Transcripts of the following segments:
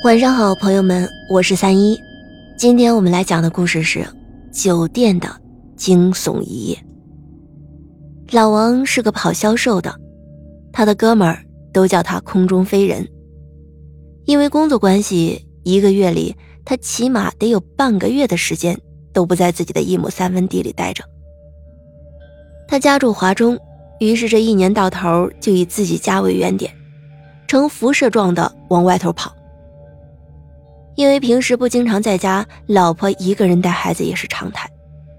晚上好，朋友们，我是31。今天我们来讲的故事是酒店的惊悚一夜。老王是个跑销售的，他的哥们儿都叫他空中飞人。因为工作关系，一个月里他起码得有半个月的时间都不在自己的1亩3分地里待着。他家住华中，于是这一年到头就以自己家为原点，呈辐射状的往外头跑。因为平时不经常在家，老婆一个人带孩子也是常态。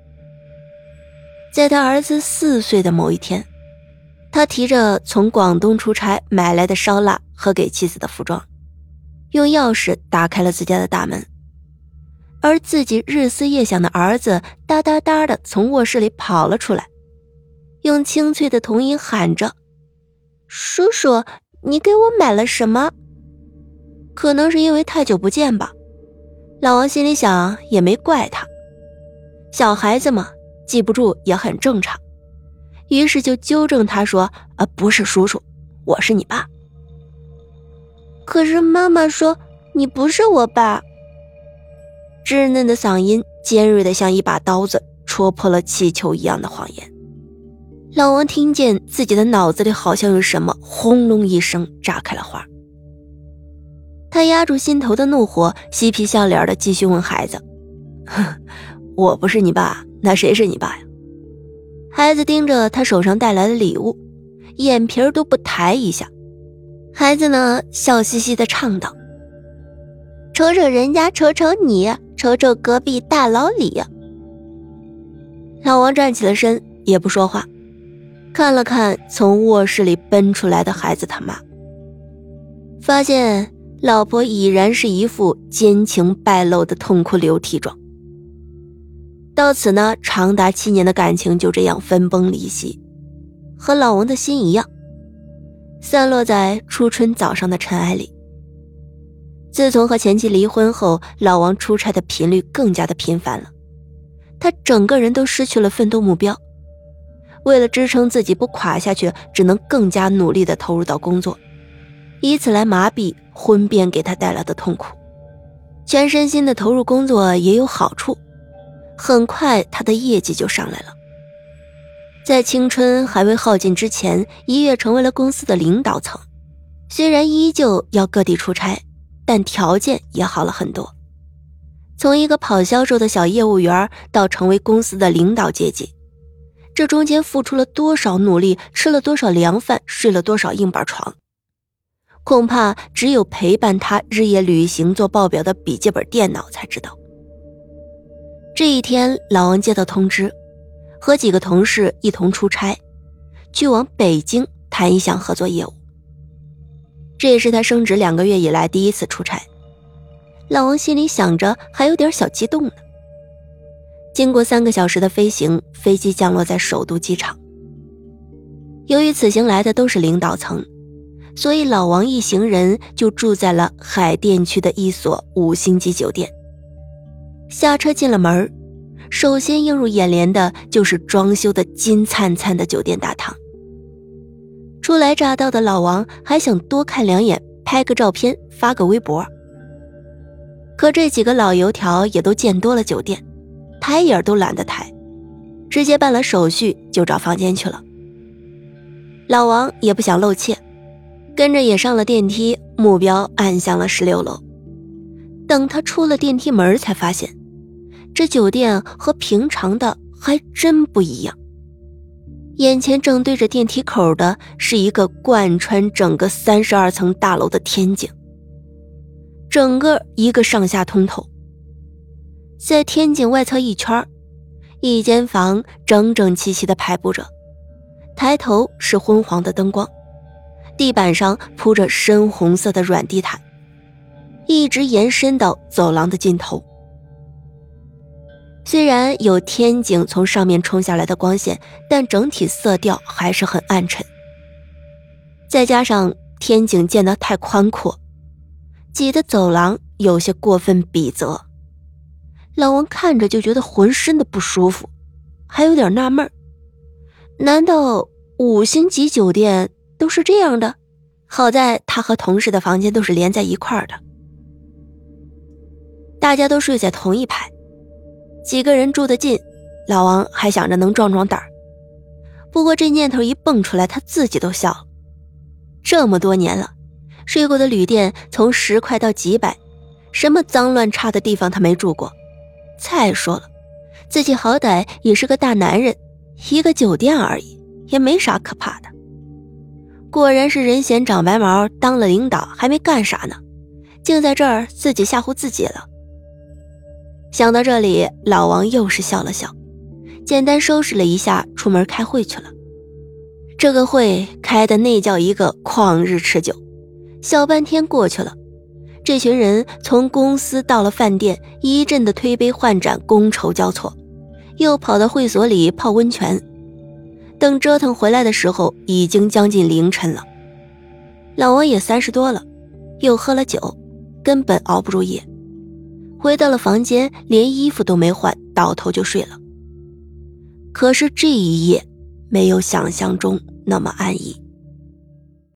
在他儿子4岁的某一天，他提着从广东出差买来的烧腊和给妻子的服装，用钥匙打开了自家的大门，而自己日思夜想的儿子哒哒哒地从卧室里跑了出来，用清脆的童音喊着：叔叔，你给我买了什么？可能是因为太久不见吧，老王心里想，也没怪他，小孩子嘛，记不住也很正常，于是就纠正他说：不是叔叔，我是你爸。可是妈妈说你不是我爸。稚嫩的嗓音尖锐的像一把刀子，戳破了气球一样的谎言。老王听见自己的脑子里好像有什么轰隆一声炸开了花。他压住心头的怒火，嬉皮笑脸的继续问孩子：我不是你爸，那谁是你爸呀？孩子盯着他手上带来的礼物，眼皮都不抬一下。孩子呢，笑嘻嘻地唱道：瞅瞅人家，瞅瞅你，瞅瞅隔壁大老李。老王站起了身，也不说话，看了看从卧室里奔出来的孩子他妈，发现老婆已然是一副奸情败露的痛哭流涕状。到此呢，长达7年的感情就这样分崩离析，和老王的心一样，散落在初春早上的尘埃里。自从和前妻离婚后，老王出差的频率更加的频繁了，他整个人都失去了奋斗目标，为了支撑自己不垮下去，只能更加努力地投入到工作，以此来麻痹婚变给他带来的痛苦。全身心的投入工作也有好处，很快他的业绩就上来了。在青春还未耗尽之前，一跃成为了公司的领导层，虽然依旧要各地出差，但条件也好了很多。从一个跑销售的小业务员到成为公司的领导阶级，这中间付出了多少努力，吃了多少凉饭，睡了多少硬板床，恐怕只有陪伴他日夜旅行做报表的笔记本电脑才知道。这一天，老王接到通知，和几个同事一同出差，去往北京谈一项合作业务。这也是他升职2个月以来第一次出差。老王心里想着，还有点小激动呢。经过3个小时的飞行，飞机降落在首都机场。由于此行来的都是领导层，所以老王一行人就住在了海淀区的一所5星级酒店。下车进了门，首先映入眼帘的就是装修的金灿灿的酒店大堂。初来乍到的老王还想多看2眼，拍个照片发个微博，可这几个老油条也都见多了酒店，抬眼都懒得抬，直接办了手续就找房间去了。老王也不想露怯，跟着也上了电梯，目标按向了16楼。等他出了电梯门，才发现这酒店和平常的还真不一样。眼前正对着电梯口的是一个贯穿整个32层大楼的天井，整个一个上下通透。在天井外侧一圈，一间房整整齐齐地排布着，抬头是昏黄的灯光，地板上铺着深红色的软地毯，一直延伸到走廊的尽头。虽然有天井从上面冲下来的光线，但整体色调还是很暗沉。再加上天井建得太宽阔，挤的走廊有些过分笔仄，老王看着就觉得浑身的不舒服，还有点纳闷，难道5星级酒店都是这样的？好在他和同事的房间都是连在一块儿的。 大家都睡在同一排，几个人住得近，老王还想着能壮壮胆儿。不过这念头一蹦出来，他自己都笑了。这么多年了，睡过的旅店从10块到几百，什么脏乱差的地方他没住过。再说了，自己好歹也是个大男人，一个酒店而已，也没啥可怕的。果然是人嫌长白毛，当了领导还没干啥呢，竟在这儿自己吓唬自己了。想到这里，老王又是笑了笑，简单收拾了一下，出门开会去了。这个会开的那叫一个旷日持久，小半天过去了，这群人从公司到了饭店，一阵的推杯换盏，觥筹交错，又跑到会所里泡温泉。等折腾回来的时候，已经将近凌晨了。老王也30多了，又喝了酒，根本熬不住夜。回到了房间，连衣服都没换，倒头就睡了。可是这一夜没有想象中那么安逸。